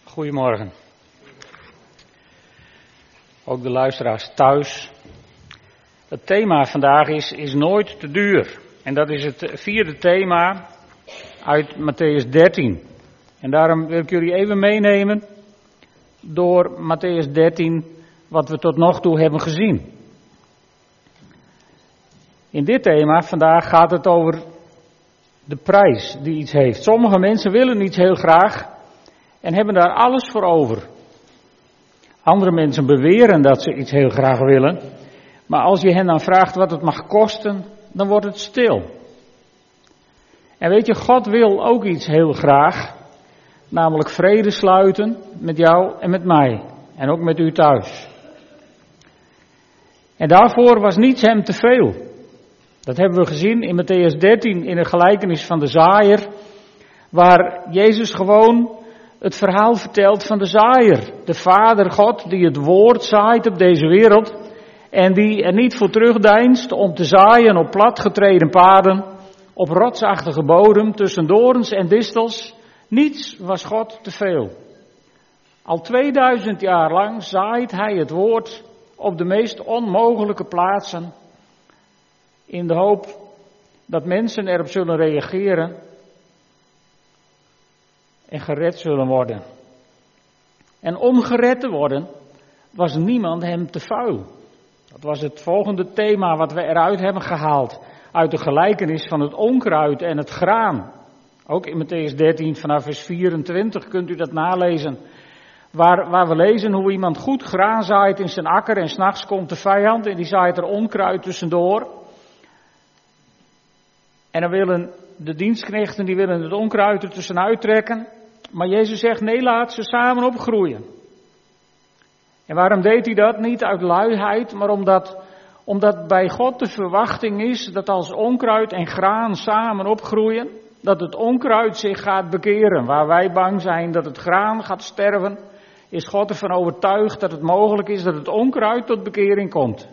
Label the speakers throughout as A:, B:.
A: Goedemorgen. Ook de luisteraars thuis. Het thema vandaag is nooit te duur. En dat is het vierde thema uit Mattheüs 13. En daarom wil ik jullie even meenemen door Mattheüs 13 wat we tot nog toe hebben gezien. In dit thema vandaag gaat het over de prijs die iets heeft. Sommige mensen willen iets heel graag en hebben daar alles voor over. Andere mensen beweren dat ze iets heel graag willen, maar als je hen dan vraagt wat het mag kosten, dan wordt het stil. En weet je, God wil ook iets heel graag, namelijk vrede sluiten met jou en met mij en ook met u thuis. En daarvoor was niets hem te veel. Dat hebben we gezien in Mattheüs 13 in de gelijkenis van de zaaier, waar Jezus gewoon het verhaal vertelt van de zaaier. De Vader God die het woord zaait op deze wereld en die er niet voor terugdeinst om te zaaien op platgetreden paden, op rotsachtige bodem tussen dorens en distels. Niets was God te veel. Al 2000 jaar lang zaait hij het woord op de meest onmogelijke plaatsen, in de hoop dat mensen erop zullen reageren en gered zullen worden. En om gered te worden was niemand hem te vuil. Dat was het volgende thema wat we eruit hebben gehaald uit de gelijkenis van het onkruid en het graan. Ook in Mattheüs 13 vanaf vers 24 kunt u dat nalezen. Waar we lezen hoe iemand goed graan zaait in zijn akker en 's nachts komt de vijand en die zaait er onkruid tussendoor. En dan willen de dienstknechten die willen het onkruid er tussenuit trekken. Maar Jezus zegt nee, laat ze samen opgroeien. En waarom deed hij dat? Niet uit luiheid, maar omdat bij God de verwachting is dat als onkruid en graan samen opgroeien, dat het onkruid zich gaat bekeren. Waar wij bang zijn dat het graan gaat sterven, is God ervan overtuigd dat het mogelijk is dat het onkruid tot bekering komt.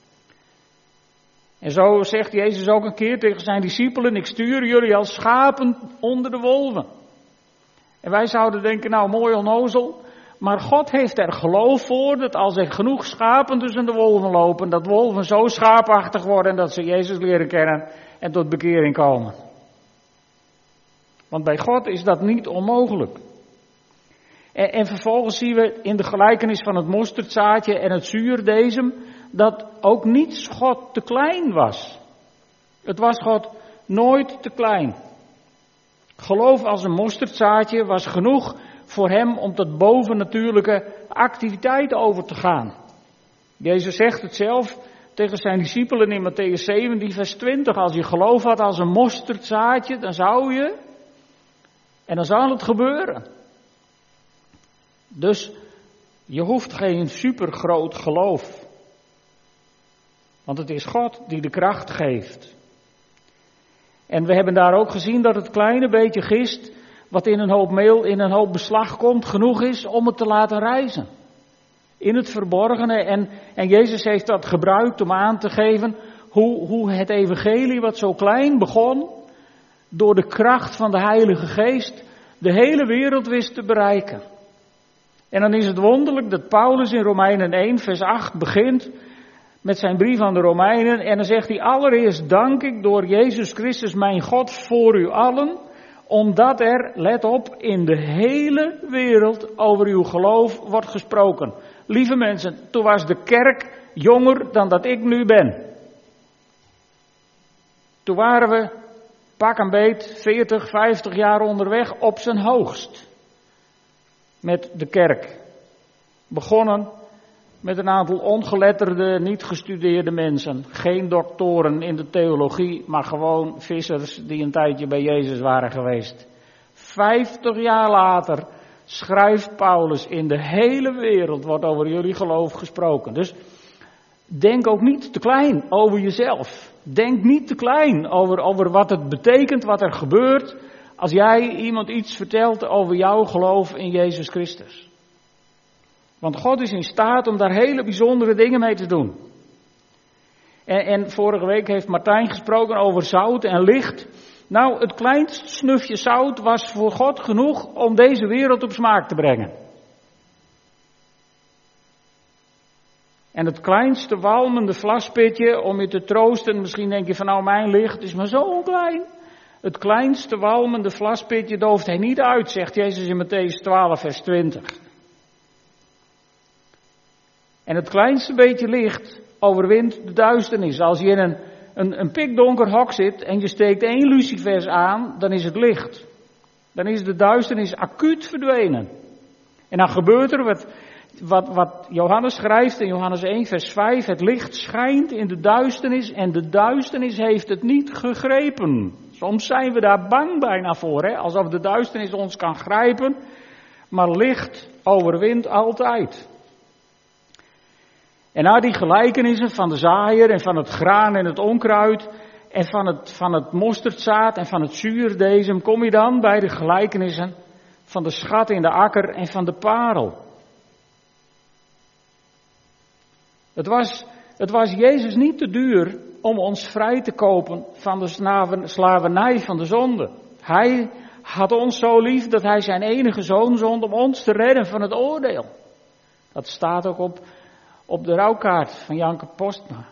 A: En zo zegt Jezus ook een keer tegen zijn discipelen: ik stuur jullie als schapen onder de wolven. En wij zouden denken, nou mooi onnozel, maar God heeft er geloof voor dat als er genoeg schapen tussen de wolven lopen, dat wolven zo schaapachtig worden dat ze Jezus leren kennen en tot bekering komen. Want bij God is dat niet onmogelijk. En vervolgens zien we in de gelijkenis van het mosterdzaadje en het zuurdezem dat ook niets God te klein was. Het was God nooit te klein. Geloof als een mosterdzaadje was genoeg voor hem om tot bovennatuurlijke activiteit over te gaan. Jezus zegt het zelf tegen zijn discipelen in Mattheüs 17 vers 20. Als je geloof had als een mosterdzaadje, dan zou je, en dan zal het gebeuren. Dus je hoeft geen supergroot geloof. Want het is God die de kracht geeft. En we hebben daar ook gezien dat het kleine beetje gist, wat in een hoop meel, in een hoop beslag komt, genoeg is om het te laten rijzen. In het verborgene. En Jezus heeft dat gebruikt om aan te geven hoe het evangelie, wat zo klein begon, door de kracht van de Heilige Geest de hele wereld wist te bereiken. En dan is het wonderlijk dat Paulus in Romeinen 1 vers 8 begint met zijn brief aan de Romeinen. En dan zegt hij: allereerst dank ik door Jezus Christus mijn God voor u allen, omdat er, let op, in de hele wereld over uw geloof wordt gesproken. Lieve mensen, toen was de kerk jonger dan dat ik nu ben. Toen waren we pak een beet 40, 50 jaar onderweg op zijn hoogst. Met de kerk. Begonnen met een aantal ongeletterde, niet gestudeerde mensen. Geen doktoren in de theologie, maar gewoon vissers die een tijdje bij Jezus waren geweest. 50 jaar later schrijft Paulus: in de hele wereld wordt over jullie geloof gesproken. Dus denk ook niet te klein over jezelf. Denk niet te klein over wat het betekent, wat er gebeurt, als jij iemand iets vertelt over jouw geloof in Jezus Christus. Want God is in staat om daar hele bijzondere dingen mee te doen. En vorige week heeft Martijn gesproken over zout en licht. Nou, het kleinst snufje zout was voor God genoeg om deze wereld op smaak te brengen. En het kleinste walmende vlaspitje om je te troosten, misschien denk je van nou mijn licht is maar zo klein. Het kleinste walmende vlaspitje dooft hij niet uit, zegt Jezus in Mattheüs 12 vers 20. En het kleinste beetje licht overwint de duisternis. Als je in een pikdonker hok zit en je steekt 1 lucifers aan, dan is het licht. Dan is de duisternis acuut verdwenen. En dan gebeurt er wat Johannes schrijft in Johannes 1 vers 5. Het licht schijnt in de duisternis en de duisternis heeft het niet gegrepen. Soms zijn we daar bang bijna voor, hè? Alsof de duisternis ons kan grijpen. Maar licht overwint altijd. En na die gelijkenissen van de zaaier en van het graan en het onkruid en van het mosterdzaad en van het zuurdezem, kom je dan bij de gelijkenissen van de schat in de akker en van de parel. Het was Jezus niet te duur om ons vrij te kopen van de slavernij van de zonde. Hij had ons zo lief dat hij zijn enige zoon zond om ons te redden van het oordeel. Dat staat ook op de rouwkaart van Janke Postma.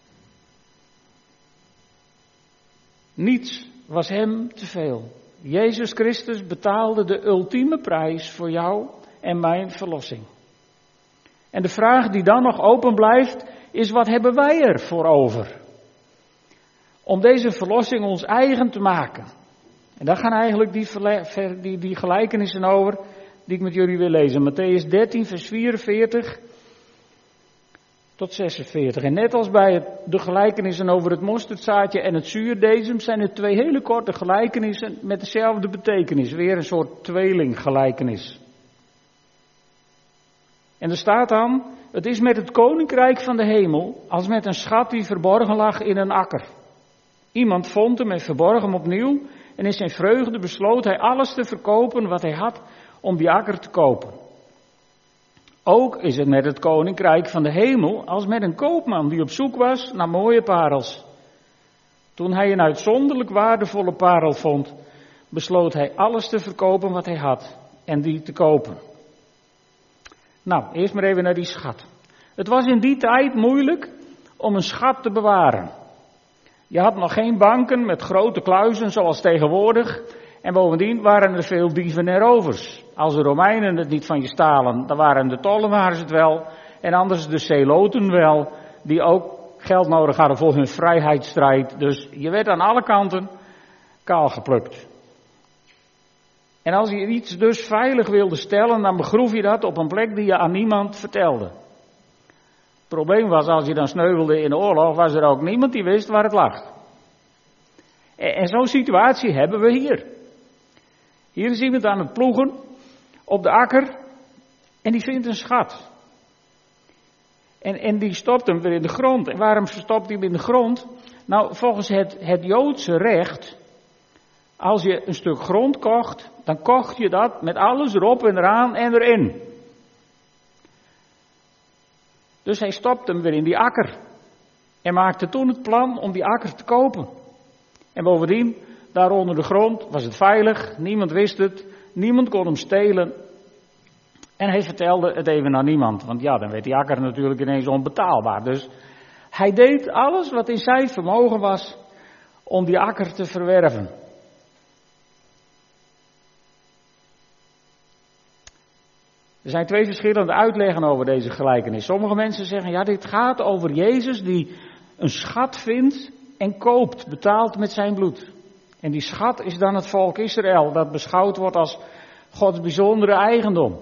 A: Niets was hem te veel. Jezus Christus betaalde de ultieme prijs voor jou en mijn verlossing. En de vraag die dan nog open blijft, is wat hebben wij er voor over? Om deze verlossing ons eigen te maken. En daar gaan eigenlijk die gelijkenissen over, die ik met jullie wil lezen. Mattheüs 13 vers 44 tot 46. En net als bij de gelijkenissen over het mosterdzaadje en het zuurdezem, zijn het 2 hele korte gelijkenissen met dezelfde betekenis. Weer een soort tweelinggelijkenis. En er staat dan, het is met het koninkrijk van de hemel als met een schat die verborgen lag in een akker. Iemand vond hem en verborg hem opnieuw en in zijn vreugde besloot hij alles te verkopen wat hij had om die akker te kopen. Ook is het met het koninkrijk van de hemel als met een koopman die op zoek was naar mooie parels. Toen hij een uitzonderlijk waardevolle parel vond, besloot hij alles te verkopen wat hij had en die te kopen. Nou, eerst maar even naar die schat. Het was in die tijd moeilijk om een schat te bewaren. Je had nog geen banken met grote kluizen zoals tegenwoordig. En bovendien waren er veel dieven en rovers. Als de Romeinen het niet van je stalen, dan waren de tollenaars het wel. En anders de zeloten wel, die ook geld nodig hadden voor hun vrijheidsstrijd. Dus je werd aan alle kanten kaal geplukt. En als je iets dus veilig wilde stellen, dan begroef je dat op een plek die je aan niemand vertelde. Het probleem was, als je dan sneuvelde in de oorlog, was er ook niemand die wist waar het lag. En zo'n situatie hebben we hier. Hier is iemand aan het ploegen op de akker en die vindt een schat. En die stopt hem weer in de grond. En waarom stopt hij hem in de grond? Nou, volgens het Joodse recht, als je een stuk grond kocht, dan kocht je dat met alles erop en eraan en erin. Dus hij stopt hem weer in die akker. En maakte toen het plan om die akker te kopen. En bovendien, daar onder de grond was het veilig, niemand wist het, niemand kon hem stelen. En hij vertelde het even aan niemand, want ja, dan werd die akker natuurlijk ineens onbetaalbaar. Dus hij deed alles wat in zijn vermogen was om die akker te verwerven. Er zijn 2 verschillende uitleggen over deze gelijkenis. Sommige mensen zeggen, ja, dit gaat over Jezus die een schat vindt en koopt, betaalt met zijn bloed. En die schat is dan het volk Israël, dat beschouwd wordt als Gods bijzondere eigendom.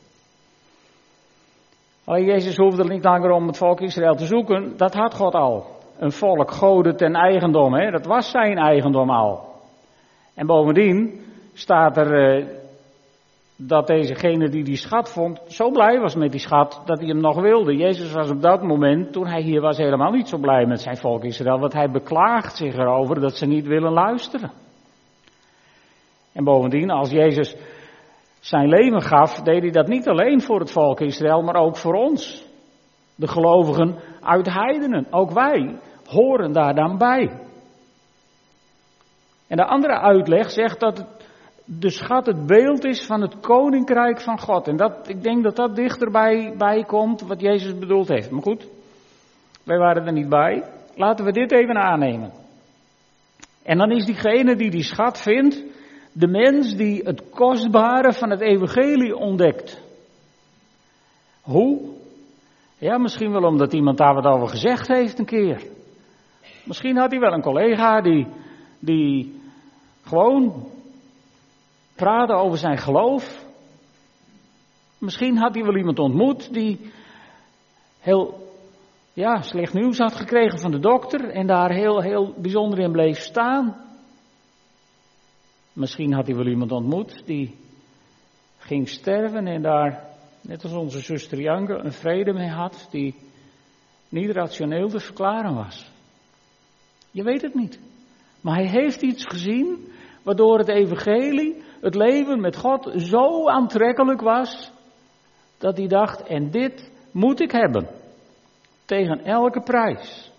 A: Alleen Jezus hoefde niet langer om het volk Israël te zoeken, dat had God al. Een volk goden ten eigendom, hè? Dat was zijn eigendom al. En bovendien staat er dat dezegene die schat vond, zo blij was met die schat dat hij hem nog wilde. Jezus was op dat moment, toen hij hier was, helemaal niet zo blij met zijn volk Israël, want hij beklaagt zich erover dat ze niet willen luisteren. En bovendien, als Jezus zijn leven gaf, deed hij dat niet alleen voor het volk Israël, maar ook voor ons. De gelovigen uit heidenen, ook wij, horen daar dan bij. En de andere uitleg zegt de schat het beeld is van het koninkrijk van God. En ik denk dat dat dichterbij komt wat Jezus bedoeld heeft. Maar goed, wij waren er niet bij. Laten we dit even aannemen. En dan is diegene die die schat vindt, de mens die het kostbare van het evangelie ontdekt. Hoe? Ja, misschien wel omdat iemand daar wat over gezegd heeft een keer. Misschien had hij wel een collega die gewoon praatte over zijn geloof. Misschien had hij wel iemand ontmoet die heel slecht nieuws had gekregen van de dokter en daar heel bijzonder in bleef staan. Misschien had hij wel iemand ontmoet die ging sterven en daar, net als onze zuster Janke, een vrede mee had die niet rationeel te verklaren was. Je weet het niet. Maar hij heeft iets gezien waardoor het evangelie, het leven met God, zo aantrekkelijk was dat hij dacht, en dit moet ik hebben. Tegen elke prijs.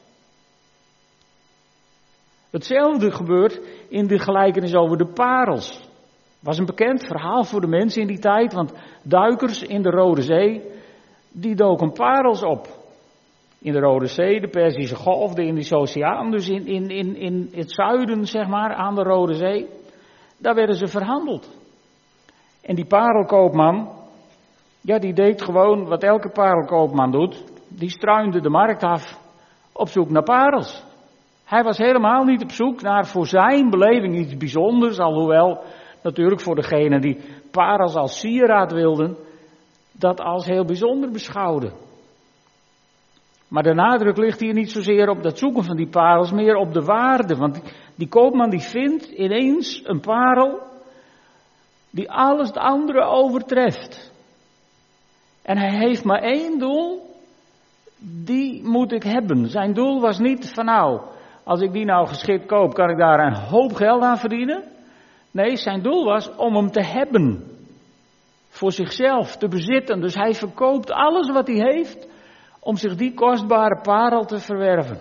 A: Hetzelfde gebeurt in de gelijkenis over de parels. Was een bekend verhaal voor de mensen in die tijd, want duikers in de Rode Zee, die doken parels op. In de Rode Zee, de Perzische Golf, de Indische Oceaan, dus in het zuiden, zeg maar, aan de Rode Zee. Daar werden ze verhandeld. En die parelkoopman, die deed gewoon wat elke parelkoopman doet. Die struinde de markt af op zoek naar parels. Hij was helemaal niet op zoek naar voor zijn beleving iets bijzonders, alhoewel natuurlijk voor degenen die parels als sieraad wilden, dat als heel bijzonder beschouwden. Maar de nadruk ligt hier niet zozeer op dat zoeken van die parels, meer op de waarde. Want die koopman die vindt ineens een parel die alles het andere overtreft. En hij heeft maar één doel, die moet ik hebben. Zijn doel was niet van als ik die nou geschikt koop, kan ik daar een hoop geld aan verdienen. Nee, zijn doel was om hem te hebben. Voor zichzelf, te bezitten. Dus hij verkoopt alles wat hij heeft om zich die kostbare parel te verwerven.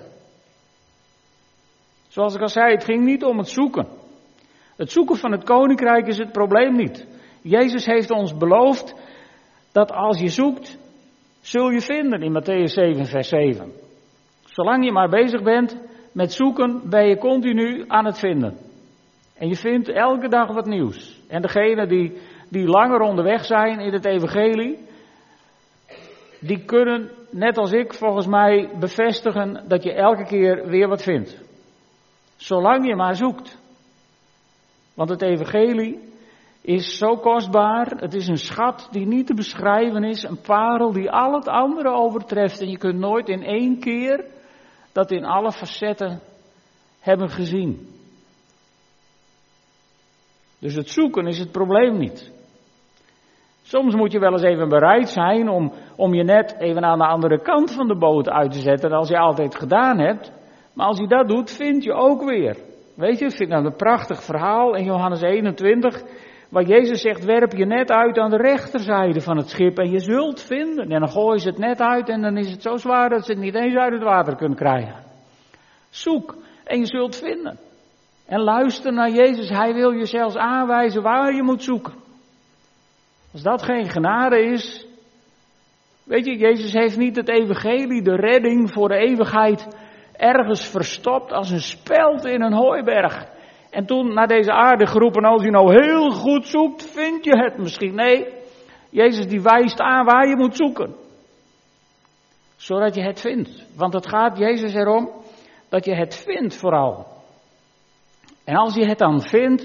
A: Zoals ik al zei, het ging niet om het zoeken. Het zoeken van het koninkrijk is het probleem niet. Jezus heeft ons beloofd dat als je zoekt, zul je vinden in Mattheüs 7 vers 7. Zolang je maar bezig bent met zoeken, ben je continu aan het vinden. En je vindt elke dag wat nieuws. En degenen die langer onderweg zijn in het evangelie, die kunnen, net als ik volgens mij, bevestigen dat je elke keer weer wat vindt. Zolang je maar zoekt. Want het evangelie is zo kostbaar, het is een schat die niet te beschrijven is, een parel die al het andere overtreft. En je kunt nooit in één keer dat in alle facetten hebben gezien. Dus het zoeken is het probleem niet. Soms moet je wel eens even bereid zijn om je net even aan de andere kant van de boot uit te zetten, als je altijd gedaan hebt. Maar als je dat doet, vind je ook weer. Weet je, ik vind dat een prachtig verhaal in Johannes 21, waar Jezus zegt, werp je net uit aan de rechterzijde van het schip en je zult vinden. En dan gooien ze het net uit en dan is het zo zwaar dat ze het niet eens uit het water kunnen krijgen. Zoek en je zult vinden. En luister naar Jezus, Hij wil je zelfs aanwijzen waar je moet zoeken. Als dat geen genade is, weet je, Jezus heeft niet het evangelie, de redding voor de eeuwigheid, ergens verstopt als een speld in een hooiberg. En toen naar deze aarde geroepen, als je nou heel goed zoekt, vind je het misschien. Nee, Jezus die wijst aan waar je moet zoeken. Zodat je het vindt. Want het gaat Jezus erom dat je het vindt vooral. En als je het dan vindt,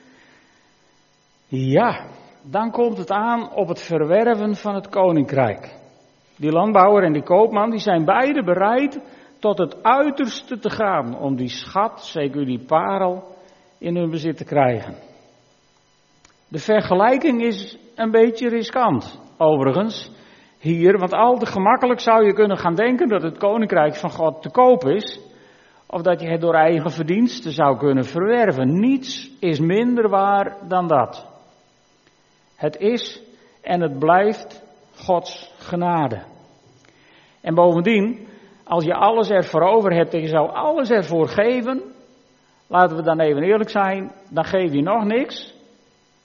A: dan komt het aan op het verwerven van het koninkrijk. Die landbouwer en die koopman, die zijn beide bereid tot het uiterste te gaan om die schat, zeker die parel, in hun bezit te krijgen. De vergelijking is een beetje riskant, overigens, hier, want al te gemakkelijk zou je kunnen gaan denken dat het koninkrijk van God te koop is, of dat je het door eigen verdiensten zou kunnen verwerven. Niets is minder waar dan dat. Het is en het blijft Gods genade. En bovendien, als je alles ervoor over hebt en je zou alles ervoor geven, laten we dan even eerlijk zijn, dan geef je nog niks.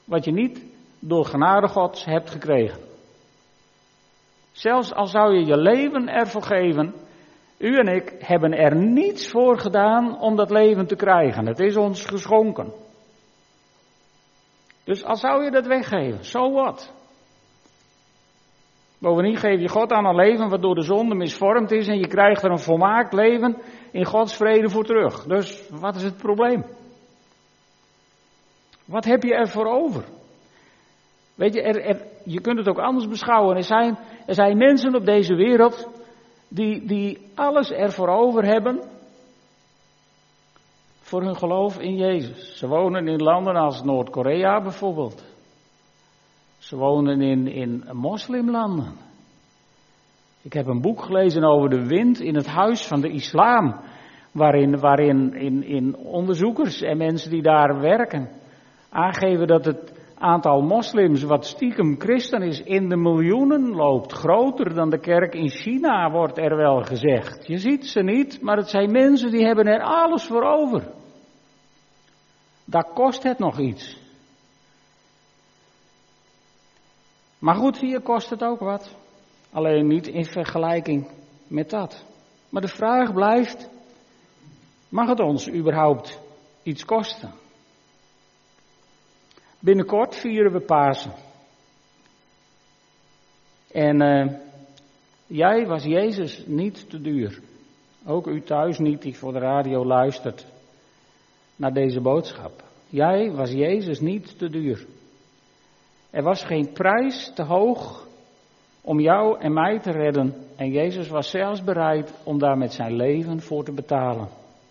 A: wat je niet door genade Gods hebt gekregen. Zelfs al zou je je leven ervoor geven, u en ik hebben er niets voor gedaan om dat leven te krijgen. Het is ons geschonken. Dus al zou je dat weggeven, so what? Bovendien geef je God aan een leven wat door de zonde misvormd is en je krijgt er een volmaakt leven in Gods vrede voor terug. Dus wat is het probleem? Wat heb je ervoor over? Weet je, je kunt het ook anders beschouwen. Er zijn mensen op deze wereld die alles ervoor over hebben voor hun geloof in Jezus. Ze wonen in landen als Noord-Korea bijvoorbeeld. Ze wonen in moslimlanden. Ik heb een boek gelezen over de wind in het huis van de islam, waarin onderzoekers en mensen die daar werken aangeven dat het aantal moslims wat stiekem christen is in de miljoenen loopt. Groter dan de kerk in China wordt er wel gezegd. Je ziet ze niet, maar het zijn mensen die hebben er alles voor over. Daar kost het nog iets. Maar goed, hier kost het ook wat. Alleen niet in vergelijking met dat. Maar de vraag blijft, mag het ons überhaupt iets kosten? Binnenkort vieren we Pasen. En jij was Jezus niet te duur. Ook u thuis niet die voor de radio luistert naar deze boodschap. Jij was Jezus niet te duur. Er was geen prijs te hoog om jou en mij te redden. En Jezus was zelfs bereid om daar met zijn leven voor te betalen.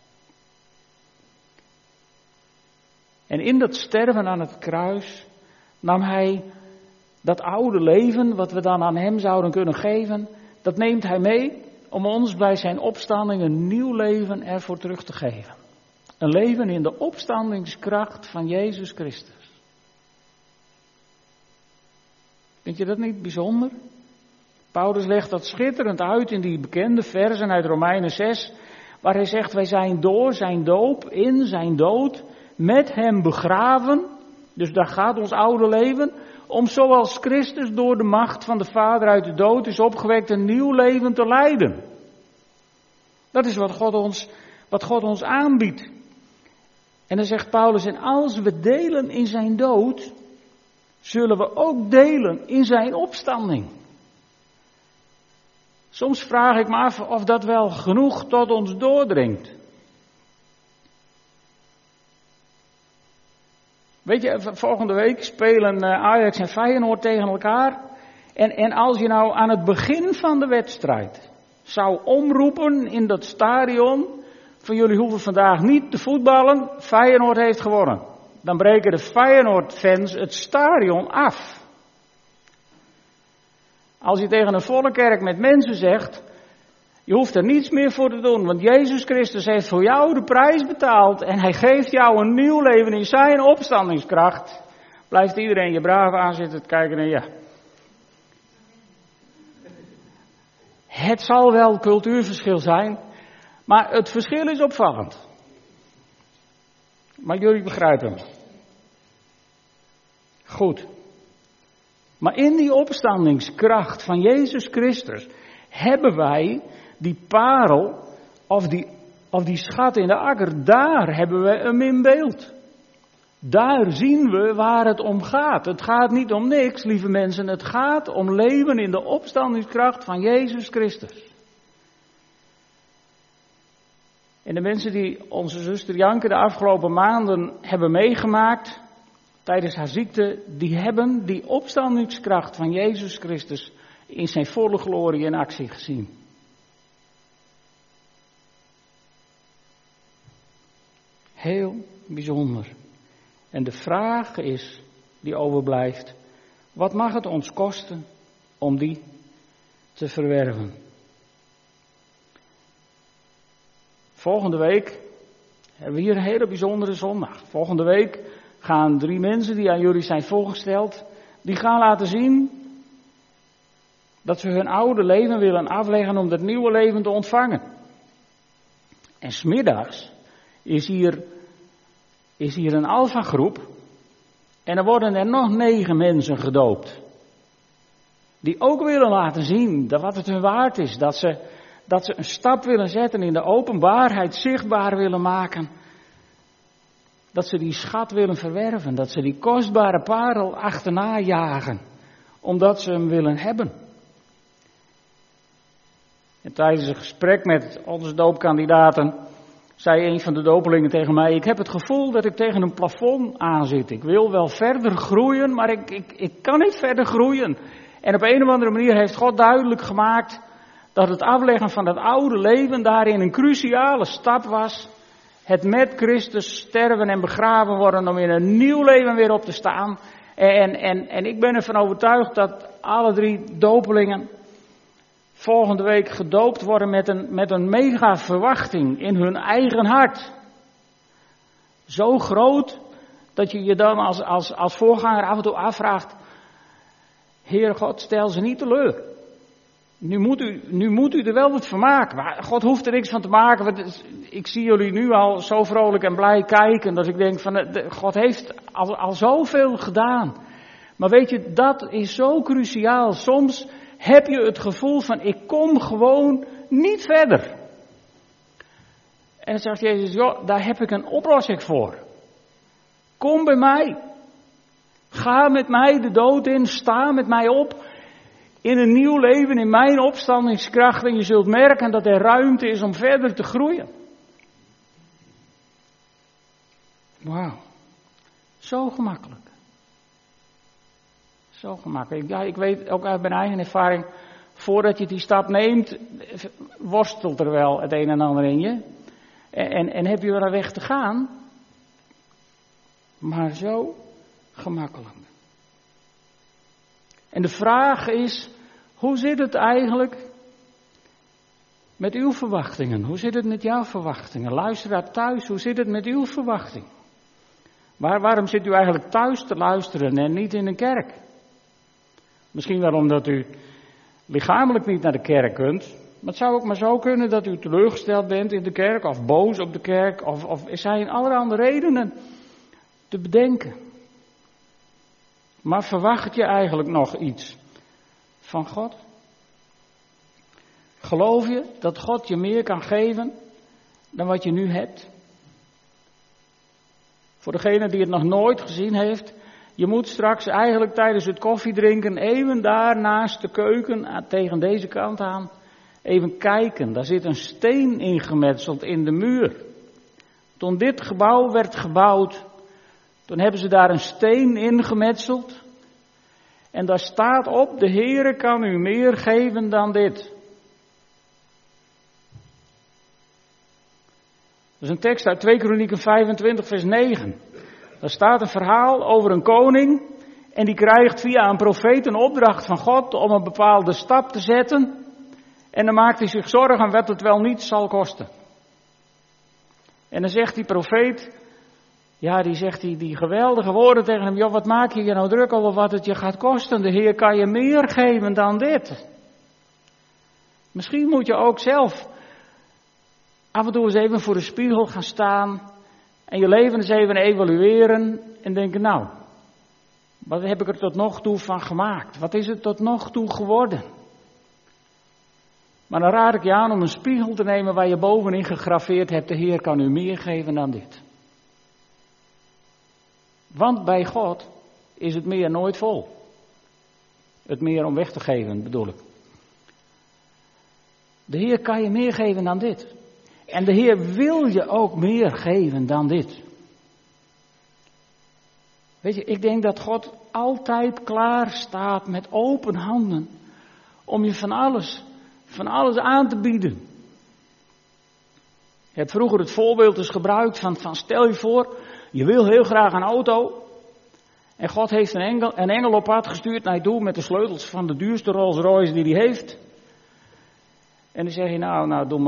A: En in dat sterven aan het kruis nam hij dat oude leven wat we dan aan hem zouden kunnen geven, dat neemt hij mee om ons bij zijn opstanding een nieuw leven ervoor terug te geven. Een leven in de opstandingskracht van Jezus Christus. Vind je dat niet bijzonder? Paulus legt dat schitterend uit in die bekende versen uit Romeinen 6, waar hij zegt, wij zijn door zijn doop, in zijn dood, met hem begraven, dus daar gaat ons oude leven, om zoals Christus door de macht van de Vader uit de dood is opgewekt een nieuw leven te leiden. Dat is wat God ons aanbiedt. En dan zegt Paulus, en als we delen in zijn dood, zullen we ook delen in zijn opstanding. Soms vraag ik me af of dat wel genoeg tot ons doordringt. Weet je, volgende week spelen Ajax en Feyenoord tegen elkaar. En als je nou aan het begin van de wedstrijd zou omroepen in dat stadion, van jullie hoeven vandaag niet te voetballen, Feyenoord heeft gewonnen. Dan breken de Feyenoord-fans het stadion af. Als je tegen een volle kerk met mensen zegt, je hoeft er niets meer voor te doen, want Jezus Christus heeft voor jou de prijs betaald en hij geeft jou een nieuw leven in zijn opstandingskracht, blijft iedereen je braaf aan zitten te kijken en ja. Het zal wel cultuurverschil zijn, maar het verschil is opvallend. Maar jullie begrijpen me. Goed. Maar in die opstandingskracht van Jezus Christus hebben wij die parel of die schat in de akker, daar hebben we hem in beeld. Daar zien we waar het om gaat. Het gaat niet om niks, lieve mensen. Het gaat om leven in de opstandingskracht van Jezus Christus. En de mensen die onze zuster Janke de afgelopen maanden hebben meegemaakt tijdens haar ziekte, die hebben die opstandingskracht van Jezus Christus in zijn volle glorie in actie gezien. Heel bijzonder. En de vraag is, die overblijft, wat mag het ons kosten om die te verwerven? Volgende week hebben we hier een hele bijzondere zondag. Volgende week gaan 3 mensen die aan jullie zijn voorgesteld, die gaan laten zien dat ze hun oude leven willen afleggen om dat nieuwe leven te ontvangen. En 's middags is hier een alfagroep En er worden er nog 9 mensen gedoopt. Die ook willen laten zien dat wat het hun waard is. Dat ze een stap willen zetten in de openbaarheid, zichtbaar willen maken. Dat ze die schat willen verwerven. Dat ze die kostbare parel achterna jagen. Omdat ze hem willen hebben. En tijdens een gesprek met onze doopkandidaten zei een van de dopelingen tegen mij: ik heb het gevoel dat ik tegen een plafond aan zit. Ik wil wel verder groeien, maar ik kan niet verder groeien. En op een of andere manier heeft God duidelijk gemaakt dat het afleggen van dat oude leven daarin een cruciale stap was. Het met Christus sterven en begraven worden om in een nieuw leven weer op te staan. En ik ben ervan overtuigd dat alle 3 dopelingen volgende week gedoopt worden met een mega verwachting in hun eigen hart. Zo groot dat je je dan als voorganger af en toe afvraagt: Heere God, stel ze niet teleur. Nu moet u er wel wat van maken. Maar God hoeft er niks van te maken. Want ik zie jullie nu al zo vrolijk en blij kijken. Dat ik denk van, God heeft al zoveel gedaan. Maar weet je, dat is zo cruciaal. Soms heb je het gevoel van, ik kom gewoon niet verder. En dan zegt Jezus, joh, daar heb ik een oplossing voor. Kom bij mij. Ga met mij de dood in. Sta met mij op. In een nieuw leven, in mijn opstandingskracht. En je zult merken dat er ruimte is om verder te groeien. Wauw. Zo gemakkelijk. Zo gemakkelijk. Ja, ik weet ook uit mijn eigen ervaring. Voordat je die stap neemt, worstelt er wel het een en ander in je. En heb je wel een weg te gaan. Maar zo gemakkelijk. En de vraag is, hoe zit het eigenlijk met uw verwachtingen? Hoe zit het met jouw verwachtingen? Luisteraar thuis, hoe zit het met uw verwachting? Waarom zit u eigenlijk thuis te luisteren en niet in een kerk? Misschien wel omdat u lichamelijk niet naar de kerk kunt. Maar het zou ook maar zo kunnen dat u teleurgesteld bent in de kerk, of boos op de kerk, of er zijn allerhande redenen te bedenken. Maar verwacht je eigenlijk nog iets van God? Geloof je dat God je meer kan geven dan wat je nu hebt? Voor degene die het nog nooit gezien heeft, je moet straks eigenlijk tijdens het koffiedrinken even daar naast de keuken, tegen deze kant aan, even kijken. Daar zit een steen ingemetseld in de muur. Toen dit gebouw werd gebouwd, toen hebben ze daar een steen ingemetseld. En daar staat op, de Heere kan u meer geven dan dit. Dat is een tekst uit 2 Kronieken 25 vers 9. Daar staat een verhaal over een koning. En die krijgt via een profeet een opdracht van God om een bepaalde stap te zetten. En dan maakt hij zich zorgen wat het wel niet zal kosten. En dan zegt die profeet, ja, die zegt die geweldige woorden tegen hem. Joh, wat maak je je nou druk over wat het je gaat kosten? De Heer kan je meer geven dan dit. Misschien moet je ook zelf af en toe eens even voor de spiegel gaan staan. En je leven eens even evalueren. En denken, nou, wat heb ik er tot nog toe van gemaakt? Wat is het tot nog toe geworden? Maar dan raad ik je aan om een spiegel te nemen waar je bovenin gegraveerd hebt. De Heer kan u meer geven dan dit. Want bij God is het meer nooit vol. Het meer om weg te geven, bedoel ik. De Heer kan je meer geven dan dit. En de Heer wil je ook meer geven dan dit. Weet je, ik denk dat God altijd klaar staat met open handen om je van alles aan te bieden. Je hebt vroeger het voorbeeld dus gebruikt van stel je voor, je wil heel graag een auto. En God heeft een engel op pad gestuurd naar je toe met de sleutels van de duurste Rolls Royce die hij heeft. En dan zeg je, nou doe me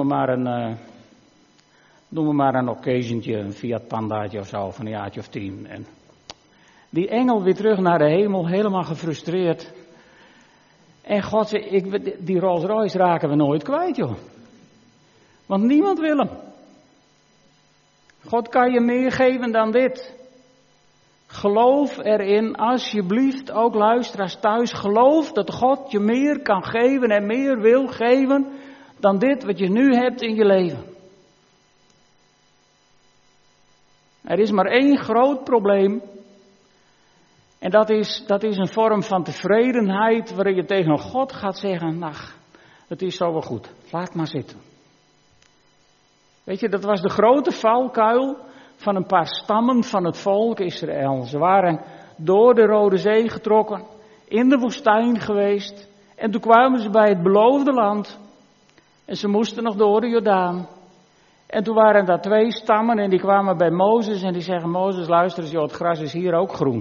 A: maar een occasiontje, een Fiat Pandaatje of zo, van een jaartje of 10. En die engel weer terug naar de hemel, helemaal gefrustreerd. En God zei, die Rolls Royce raken we nooit kwijt, joh. Want niemand wil hem. God kan je meer geven dan dit. Geloof erin, alsjeblieft, ook luisteraars thuis, geloof dat God je meer kan geven en meer wil geven dan dit wat je nu hebt in je leven. Er is maar één groot probleem. En dat is een vorm van tevredenheid waarin je tegen God gaat zeggen, nou, het is zo wel goed, laat maar zitten. Weet je, dat was de grote valkuil van een paar stammen van het volk Israël. Ze waren door de Rode Zee getrokken, in de woestijn geweest. En toen kwamen ze bij het beloofde land. En ze moesten nog door de Jordaan. En toen waren daar 2 stammen en die kwamen bij Mozes en die zeggen, Mozes, luister eens, joh, het gras is hier ook groen.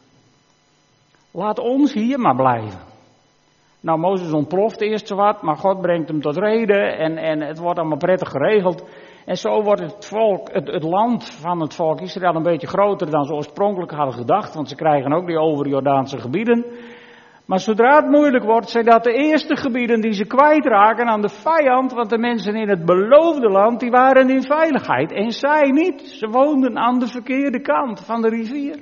A: Laat ons hier maar blijven. Nou, Mozes ontploft eerst zo wat, maar God brengt hem tot reden en het wordt allemaal prettig geregeld. En zo wordt het land van het volk Israël een beetje groter dan ze oorspronkelijk hadden gedacht, want ze krijgen ook die over-Jordaanse gebieden. Maar zodra het moeilijk wordt, zijn dat de eerste gebieden die ze kwijtraken aan de vijand, want de mensen in het beloofde land, die waren in veiligheid. En zij niet, ze woonden aan de verkeerde kant van de rivier.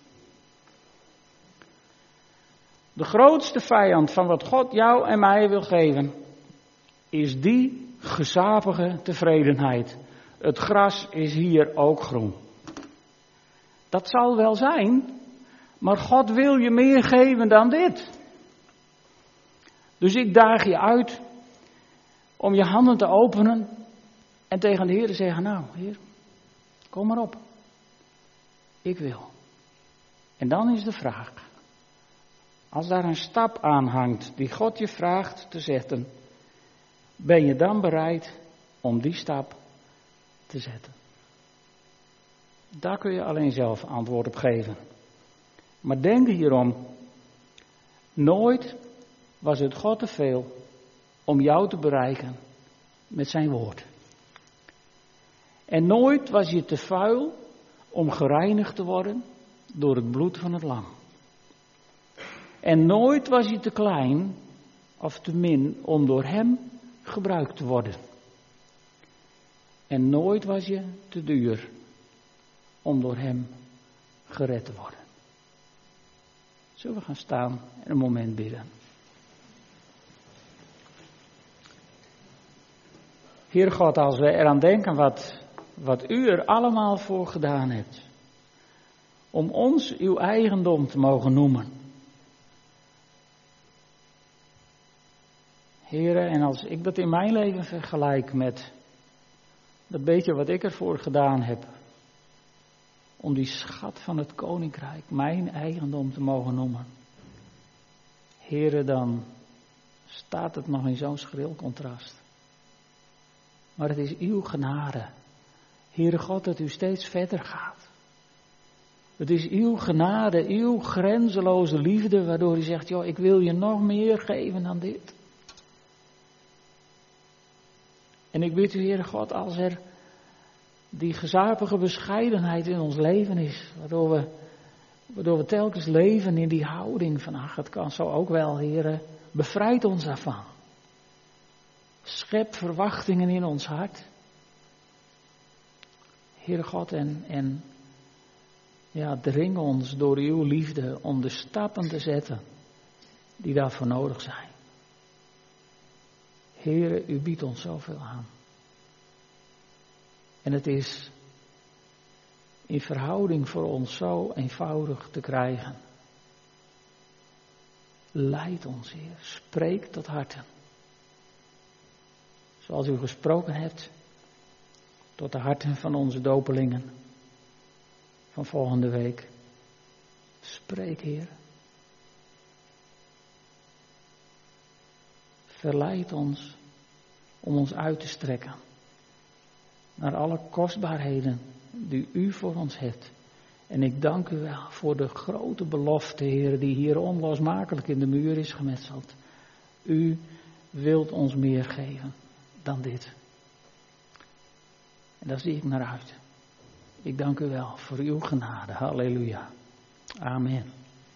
A: De grootste vijand van wat God jou en mij wil geven, is die gezapige tevredenheid. Het gras is hier ook groen. Dat zal wel zijn, maar God wil je meer geven dan dit. Dus ik daag je uit om je handen te openen en tegen de Heer te zeggen, nou Heer, kom maar op. Ik wil. En dan is de vraag, als daar een stap aan hangt die God je vraagt te zetten, ben je dan bereid om die stap te zetten? Daar kun je alleen zelf antwoord op geven. Maar denk hierom, nooit was het God te veel om jou te bereiken met zijn woord. En nooit was je te vuil om gereinigd te worden door het bloed van het lam. En nooit was je te klein of te min om door hem gebruikt te worden. En nooit was je te duur om door hem gered te worden. Zullen we gaan staan en een moment bidden. Heer God, als we eraan denken wat u er allemaal voor gedaan hebt. Om ons uw eigendom te mogen noemen. Heren, en als ik dat in mijn leven vergelijk met dat beetje wat ik ervoor gedaan heb. Om die schat van het koninkrijk, mijn eigendom te mogen noemen. Heren, dan staat het nog in zo'n schril contrast. Maar het is uw genade. Heere God, dat u steeds verder gaat. Het is uw genade, uw grenzeloze liefde, waardoor u zegt, joh, ik wil je nog meer geven dan dit. En ik bid u, Heere God, als er die gezapige bescheidenheid in ons leven is, waardoor we telkens leven in die houding van, ach, het kan zo ook wel, Heere, bevrijd ons daarvan. Schep verwachtingen in ons hart. Heere God, en dring ons door uw liefde om de stappen te zetten die daarvoor nodig zijn. Heere, u biedt ons zoveel aan. En het is in verhouding voor ons zo eenvoudig te krijgen. Leid ons, Heer. Spreek tot harten. Zoals u gesproken hebt tot de harten van onze dopelingen van volgende week. Spreek, Heer. Verleid ons om ons uit te strekken naar alle kostbaarheden die u voor ons hebt. En ik dank u wel voor de grote belofte, Heer, die hier onlosmakelijk in de muur is gemetseld. U wilt ons meer geven dan dit. En daar zie ik naar uit. Ik dank u wel voor uw genade. Halleluja. Amen.